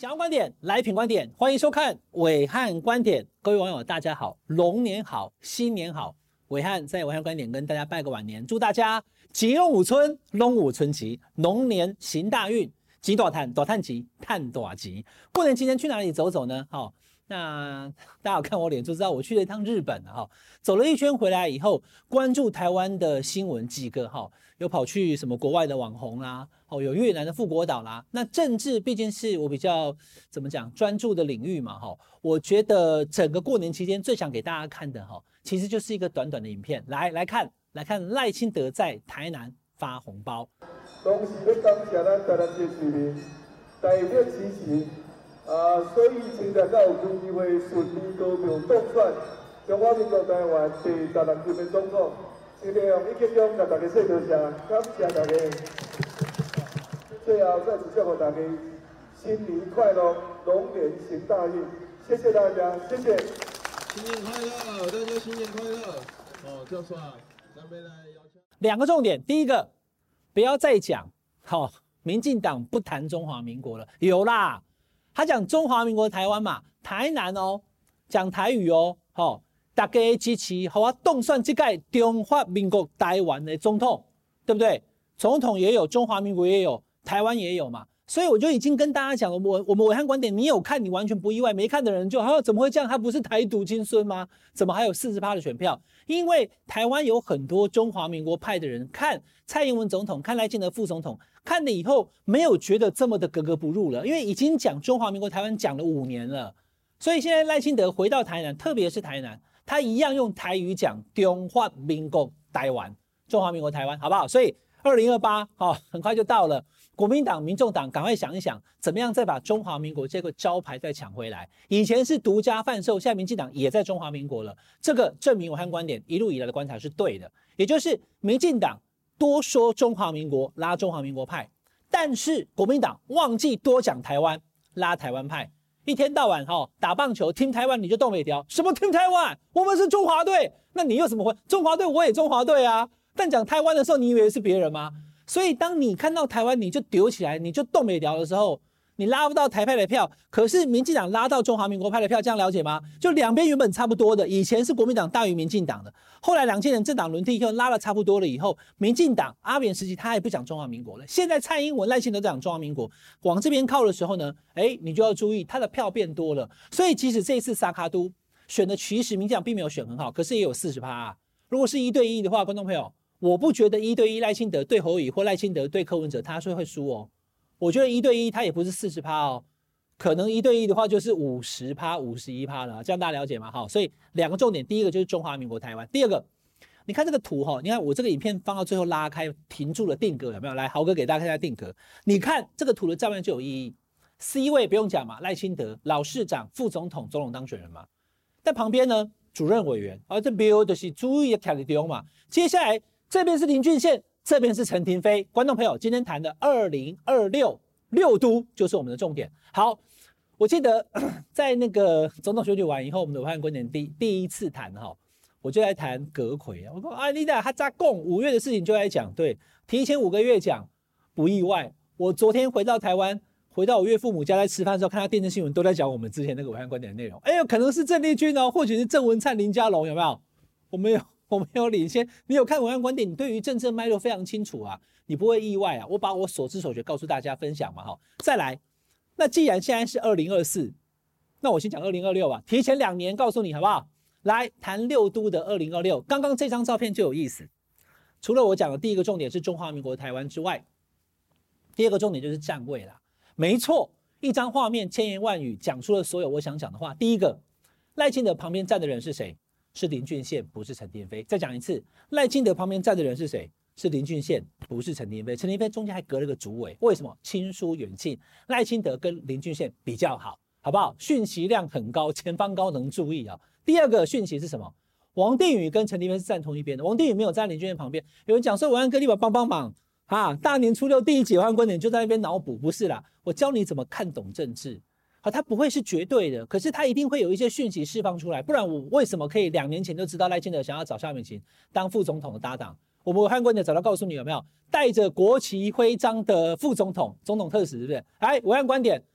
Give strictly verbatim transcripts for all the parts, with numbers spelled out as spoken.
想要观点来品观点，欢迎收看暐瀚观点。各位网友大家好，龙年好，新年好。暐瀚在暐瀚观点跟大家拜个晚年，祝大家吉龙五春，龙五春吉，龙年行大运，吉大探，大探吉，探大吉。过年期间去哪里走走呢？好、哦，那大家有看我脸就知道我去了一趟日本哈、哦，走了一圈回来以后，关注台湾的新闻几个哈、哦，有跑去什么国外的网红啦。哦，有越南的富国岛啦，那政治毕竟是我比较怎么讲专注的领域嘛，哈，我觉得整个过年期间最想给大家看的哈，其实就是一个短短的影片，来来看，来看赖清德在台南发红包。 同时要感谢咱台南市市民大力支持，啊，所以今日才有机会顺利高票当选中华民国台湾第十六任的总统。今日用一分钟甲大家说多谢，感谢大家。最后再次祝福大家新年快乐，龙年行大运，谢谢大家，谢谢。 新年快乐，大家新年快乐。哦，就说咱们来邀请两个重点，第一个，不要再讲，好、哦，民进党不谈中华民国了，有啦，他讲中华民国台湾嘛，台南哦，讲台语哦，好、哦，大家支持，好啊，动算这个中华民国台湾的总统，对不对？总统也有，中华民国也有。台湾也有嘛，所以我就已经跟大家讲了，我我们暐瀚观点，你有看你完全不意外，没看的人就啊怎么会这样？他不是台独金孙吗？怎么还有 百分之四十 的选票？因为台湾有很多中华民国派的人看蔡英文总统，看赖清德副总统，看了以后没有觉得这么的格格不入了，因为已经讲中华民国台湾讲了五年了，所以现在赖清德回到台南，特别是台南，他一样用台语讲中华民国台湾，中华民国台湾，好不好？所以二零二八好，很快就到了。国民党、民众党赶快想一想，怎么样再把中华民国这个招牌再抢回来？以前是独家贩售，现在民进党也在中华民国了。这个证明暐瀚观点一路以来的观察是对的，也就是民进党多说中华民国，拉中华民国派，但是国民党忘记多讲台湾，拉台湾派。一天到晚哈、哦、打棒球，听台湾你就动北条，什么听台湾？我们是中华队，那你又怎么会？中华队我也中华队啊，但讲台湾的时候，你以为是别人吗？所以当你看到台湾你就丢起来，你就动北条的时候，你拉不到台派的票，可是民进党拉到中华民国派的票，这样了解吗？就两边原本差不多的，以前是国民党大于民进党的，后来两千年政党轮替以后拉了差不多了以后，民进党阿扁时期他也不讲中华民国了，现在蔡英文赖清德讲中华民国，往这边靠的时候呢，哎，你就要注意他的票变多了，所以即使这一次萨卡都选的其实民进党并没有选很好，可是也有 百分之四十、啊、如果是一对一的话，观众朋友，我不觉得一对一赖清德对侯友宜或赖清德对柯文哲他是会输哦，我觉得一对一他也不是 百分之四十 哦，可能一对一的话就是 百分之五十、百分之五十一 了，这样大家了解吗？好，所以两个重点，第一个就是中华民国台湾，第二个，你看这个图哈，你看我这个影片放到最后拉开停住了定格有没有？来，豪哥给大家看一下定格，你看这个图的照片就有意义。C 位不用讲嘛，赖清德老市长、副总统、总统当选人嘛，在旁边呢主任委员，而、啊、这边就是注意的卡里丢嘛，接下来。这边是林俊宪，这边是陈亭妃。观众朋友，今天谈的二零二六六都就是我们的重点。好，我记得在那个总统选举完以后，我们的暐瀚观点第第一次谈哈，我就在谈阁揆啊。我说啊，你俩他在共五月的事情就在讲，对，提前五个月讲，不意外。我昨天回到台湾，回到我岳父母家在吃饭的时候，看到电视新闻都在讲我们之前那个暐瀚观点的内容。哎呦，可能是郑丽君哦，或许是郑文灿、林佳龙，有没有？我没有。我没有领先，你有看暐瀚观点，你对于政策脉络非常清楚啊，你不会意外啊。我把我所知所觉告诉大家分享嘛，哈。再来，那既然现在是二零二四，那我先讲二零二六吧，提前两年告诉你好不好？来谈六都的二零二六，刚刚这张照片就有意思。除了我讲的第一个重点是中华民国台湾之外，第二个重点就是站位啦。没错，一张画面千言万语讲出了所有我想讲的话。第一个，赖清德旁边站的人是谁？是林俊宪，不是陈亭妃。再讲一次，赖清德旁边站的人是谁？是林俊宪，不是陈亭妃。陈亭妃中间还隔了个主委，为什么？亲疏远近，赖清德跟林俊宪比较好，好不好？讯息量很高，前方高能注意啊。第二个讯息是什么？王定宇跟陈亭妃是站同一边的，王定宇没有站林俊宪旁边。有人讲说，暐瀚哥立马帮帮忙啊！大年初六第一集暐瀚观点就在那边脑补，不是啦，我教你怎么看懂政治。好，它不会是绝对的，可是它一定会有一些讯息释放出来，不然我为什么可以两年前就知道赖清德想要找夏美琴当副总统的搭档？我们暐瀚观点早就告诉你有没有带着国旗徽章的副总统、总统特使，是不是？哎，暐瀚观点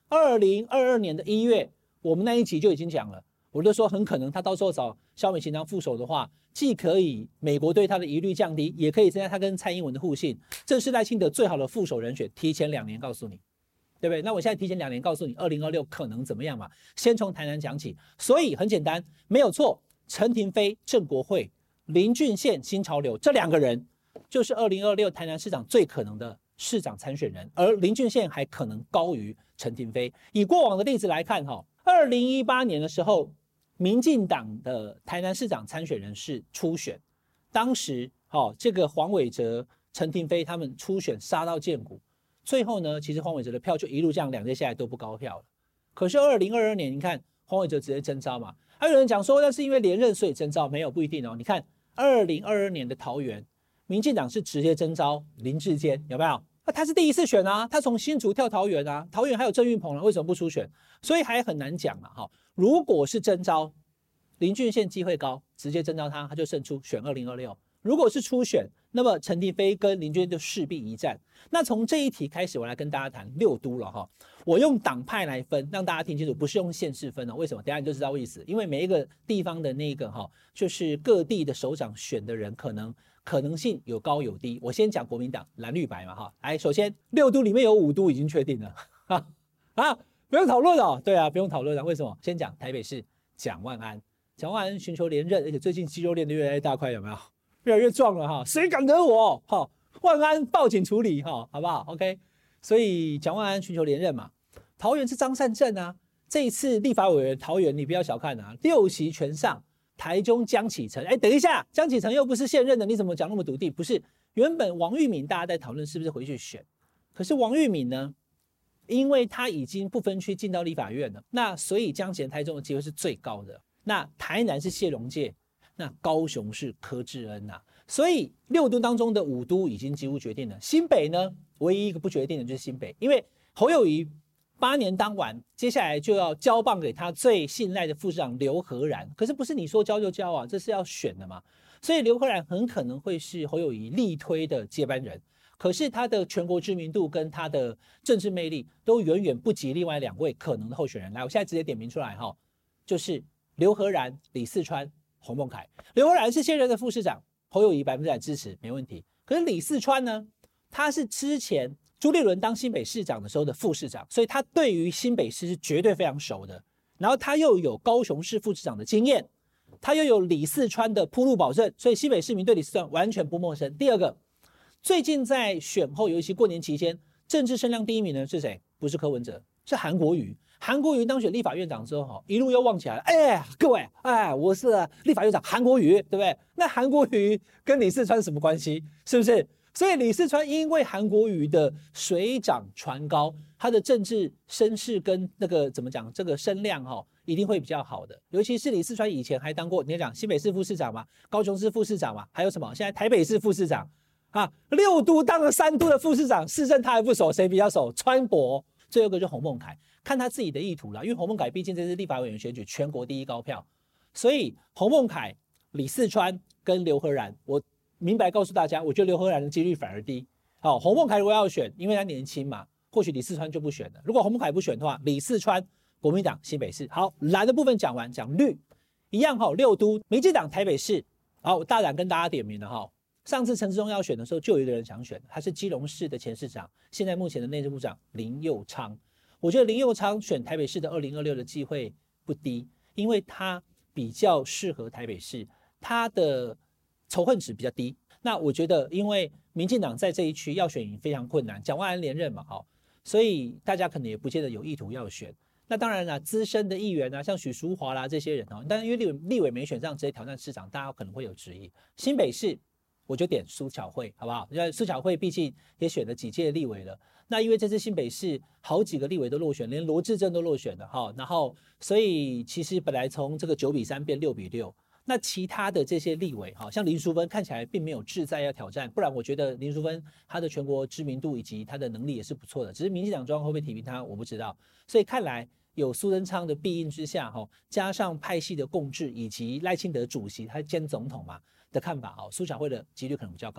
二零二二年的一月，我们那一集就已经讲了，我就说很可能他到时候找萧美琴当副手的话，既可以美国对他的疑虑降低，也可以增加他跟蔡英文的互信，这是赖清德最好的副手人选。提前两年告诉你，对不对？那我现在提前两年告诉你，二零二六可能怎么样嘛？先从台南讲起，所以很简单，没有错。陈亭妃、郑国会、林俊宪、新潮流这两个人，就是二零二六台南市长最可能的市长参选人，而林俊宪还可能高于陈亭妃。以过往的例子来看，哈，二零一八年的时候，民进党的台南市长参选人是初选，当时，哦，这个黄伟哲、陈亭妃他们初选杀到见骨，最后呢，其实黄伟哲的票就一路这样两届下来都不高票了。可是二零二二年，你看黄伟哲直接征召嘛。还有人讲说那是因为连任所以征召，没有，不一定哦。你看二零二二年的桃园，民进党是直接征召林智坚，有没有？那他是第一次选啊，他从新竹跳桃园啊，桃园还有郑运鹏啊，为什么不初选？所以还很难讲啊。哈，如果是征召林俊宪机会高，直接征召他，他就胜出选二零二六。如果是初选，那么陈亭妃跟林俊宪就势必一战。那从这一题开始，我来跟大家谈六都了哈。我用党派来分，让大家听清楚，不是用县市分哦。为什么？等一下你就知道意思。因为每一个地方的那个哈，就是各地的首长选的人，可能可能性有高有低。我先讲国民党蓝绿白嘛哈。来，首先六都里面有五都已经确定了啊啊，不用讨论哦。对啊，不用讨论了。为什么？先讲台北市蒋万安，蒋万安寻求连任，而且最近肌肉练得越来越大块，有没有？越来越壮了哈，谁敢惹我？哈，万安报警处理哈，好不好 ？OK， 所以蒋万安寻求连任嘛。桃园是张善政啊，这一次立法委员桃园你不要小看啊，六席全上。台中江启臣，哎，等一下，江启臣又不是现任的，你怎么讲那么笃定？不是，原本王玉敏大家在讨论是不是回去选，可是王玉敏呢，因为他已经不分区进到立法院了，那所以江启臣台中的机会是最高的。那台南是谢龙介。那高雄是柯志恩呐、啊，所以六都当中的五都已经几乎决定了。新北呢，唯一一个不决定的就是新北，因为侯友宜八年当完，接下来就要交棒给他最信赖的副市长刘和然。可是不是你说交就交啊，这是要选的嘛。所以刘和然很可能会是侯友宜力推的接班人。可是他的全国知名度跟他的政治魅力都远远不及另外两位可能的候选人。来，我现在直接点名出来哈，就是刘和然、李四川。洪孟凯，刘和然是现任的副市长，侯友宜百分之百支持，没问题。可是李四川呢，他是之前朱立伦当新北市长的时候的副市长，所以他对于新北市是绝对非常熟的。然后他又有高雄市副市长的经验，他又有李四川的铺路保证，所以新北市民对李四川完全不陌生。第二个，最近在选后，尤其过年期间，政治声量第一名的是谁？不是柯文哲，是韩国瑜。韩国瑜当选立法院长之后，一路又旺起来了。哎，各位，哎，我是立法院长韩国瑜，对不对？那韩国瑜跟李四川什么关系？是不是？所以李四川因为韩国瑜的水涨船高，他的政治声势跟那个怎么讲，这个声量哈、哦，一定会比较好的。尤其是李四川以前还当过，你讲新北市副市长嘛，高雄市副市长嘛，还有什么？现在台北市副市长啊，六都当了三都的副市长，市政他还不熟，谁比较熟？川博。最后一个就是洪孟凯，看他自己的意图啦，因为洪孟凯毕竟这次立法委员选举全国第一高票，所以洪孟凯、李四川跟刘和然，我明白告诉大家，我觉得刘和然的几率反而低。好，洪孟凯如果要选，因为他年轻嘛，或许李四川就不选了。如果洪孟凯不选的话，李四川国民党新北市。好，蓝的部分讲完，讲绿一样哈，六都民进党台北市。好，我大胆跟大家点名了哈。上次陈时中要选的时候，就有一个人想选，他是基隆市的前市长，现在目前的内政部长林右昌。我觉得林右昌选台北市的二零二六的机会不低，因为他比较适合台北市，他的仇恨值比较低。那我觉得，因为民进党在这一区要选赢非常困难，蒋万安连任嘛，哈，所以大家可能也不见得有意图要选。那当然啦，资深的议员啊，像许淑华啦这些人哦，但因为立委立委没选上，直接挑战市长，大家可能会有质疑。新北市。我就点苏巧慧，好不好？因为苏巧慧毕竟也选了几届立委了。那因为这次新北市好几个立委都落选，连罗致政都落选了哈。然后，所以其实本来从这个九比三变六比六，那其他的这些立委哈，像林淑芬看起来并没有志在要挑战，不然我觉得林淑芬她的全国知名度以及她的能力也是不错的。只是民进党中央会不会提名她，我不知道。所以看来有苏贞昌的庇荫之下哈，加上派系的共治以及赖清德主席他兼总统嘛。的看法哦，苏巧慧的几率可能比较高。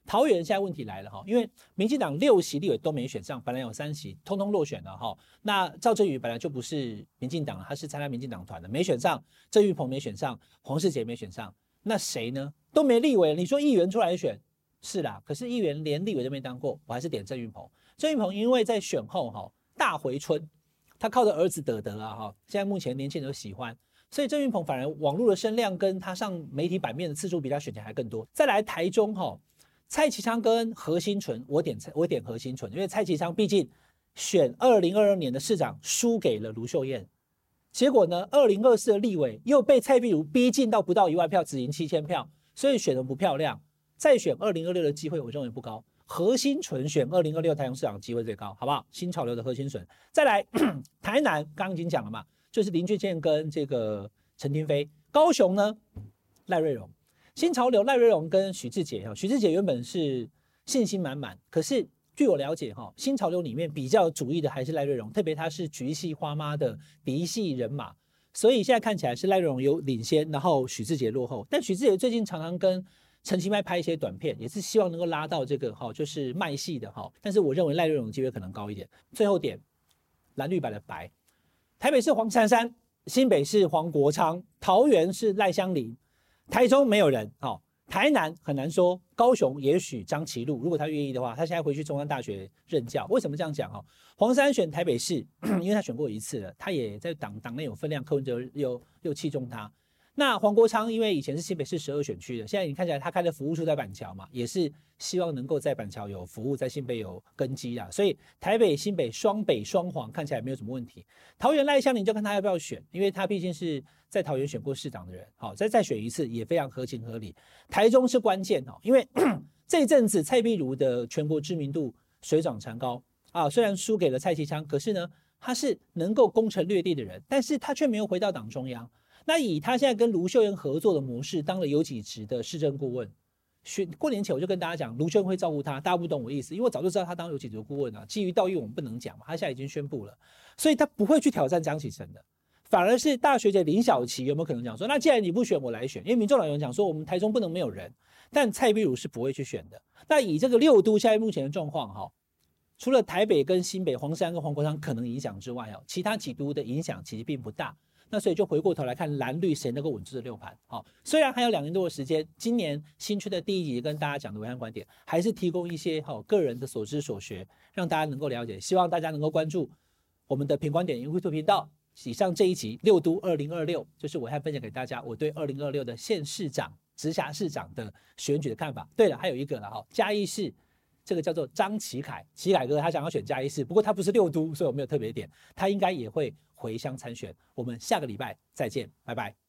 桃园现在问题来了哈，因为民进党六席立委都没选上，本来有三席，通通落选了哈。那赵正宇本来就不是民进党了，他是参加民进党团的，没选上，郑运鹏没选上，黄世杰没选上，那谁呢？都没立委，你说议员出来选是啦，可是议员连立委都没当过，我还是点郑运鹏。郑运鹏因为在选后哈大回春，他靠着儿子德德啊哈，现在目前年轻人都喜欢。所以郑运鹏反而网络的声量跟他上媒体版面的次数比他选前还更多。再来台中哈，蔡其昌跟何新纯，我点我点何新纯，因为蔡其昌毕竟选二零二二年的市长输给了卢秀燕，结果呢，二零二四的立委又被蔡壁如逼近到不到一万票，只赢七千票，所以选得不漂亮。再选二零二六的机会，我认为不高。何新纯选二零二六台中市长机会最高，好不好？新潮流的何新纯。再来台南，刚刚已经讲了嘛。就是林俊健跟这个陈亭妃，高雄呢赖瑞荣，新潮流赖瑞荣跟许志杰哈，许志杰原本是信心满满，可是据我了解哈，新潮流里面比较有主意的还是赖瑞荣，特别他是菊系花妈的嫡系人马，所以现在看起来是赖瑞荣有领先，然后许志杰落后。但许志杰最近常常跟陈其迈拍一些短片，也是希望能够拉到这个哈，就是卖戏的哈，但是我认为赖瑞荣的机会可能高一点。最后点蓝绿白的白。台北是黄珊珊，新北是黄国昌，桃园是赖香伶，台中没有人，哦，台南很难说，高雄也许张其禄，如果他愿意的话，他现在回去中山大学任教。为什么这样讲？哈，黄珊珊选台北市，因为他选过一次了，他也在党党内有分量，柯文哲又又器重他。那黄国昌因为以前是新北市十二选区的，现在你看起来他开的服务处在板桥嘛，也是希望能够在板桥有服务，在新北有根基啦，所以台北新北双北双黄看起来没有什么问题。桃园赖香伶就看他要不要选，因为他毕竟是在桃园选过市长的人，好，再再选一次也非常合情合理。台中是关键哦，因为这一阵子蔡壁如的全国知名度水涨船高啊，虽然输给了蔡其昌，可是呢他是能够攻城略地的人，但是他却没有回到党中央。那以他现在跟卢秀燕合作的模式，当了有几职的市政顾问。过年前我就跟大家讲，卢秀燕会照顾他，大家不懂我意思，因为我早就知道他当有几职顾问啊。基于道义我们不能讲嘛，他现在已经宣布了，所以他不会去挑战江启臣的，反而是大学姐林小琪有没有可能讲说，那既然你不选，我来选？因为民众党有人讲说，我们台中不能没有人，但蔡壁如是不会去选的。那以这个六都现在目前的状况哈，除了台北跟新北、黄珊跟黄国昌可能影响之外哦，其他几都的影响其实并不大。那所以就回过头来看蓝绿谁能够稳住这六盘。好，虽然还有两年多的时间，今年新区的第一集跟大家讲的暐瀚观点，还是提供一些好个人的所知所学，让大家能够了解。希望大家能够关注我们的品观点 YouTube 频道。以上这一集六都二零二六，就是我还分享给大家我对二零二六的县市长、直辖市长的选举的看法。对了，还有一个了哈，嘉义市这个叫做张启凯，启凯哥他想要选嘉义市，不过他不是六都，所以我没有特别点，他应该也会回乡参选。我们下个礼拜再见，拜拜。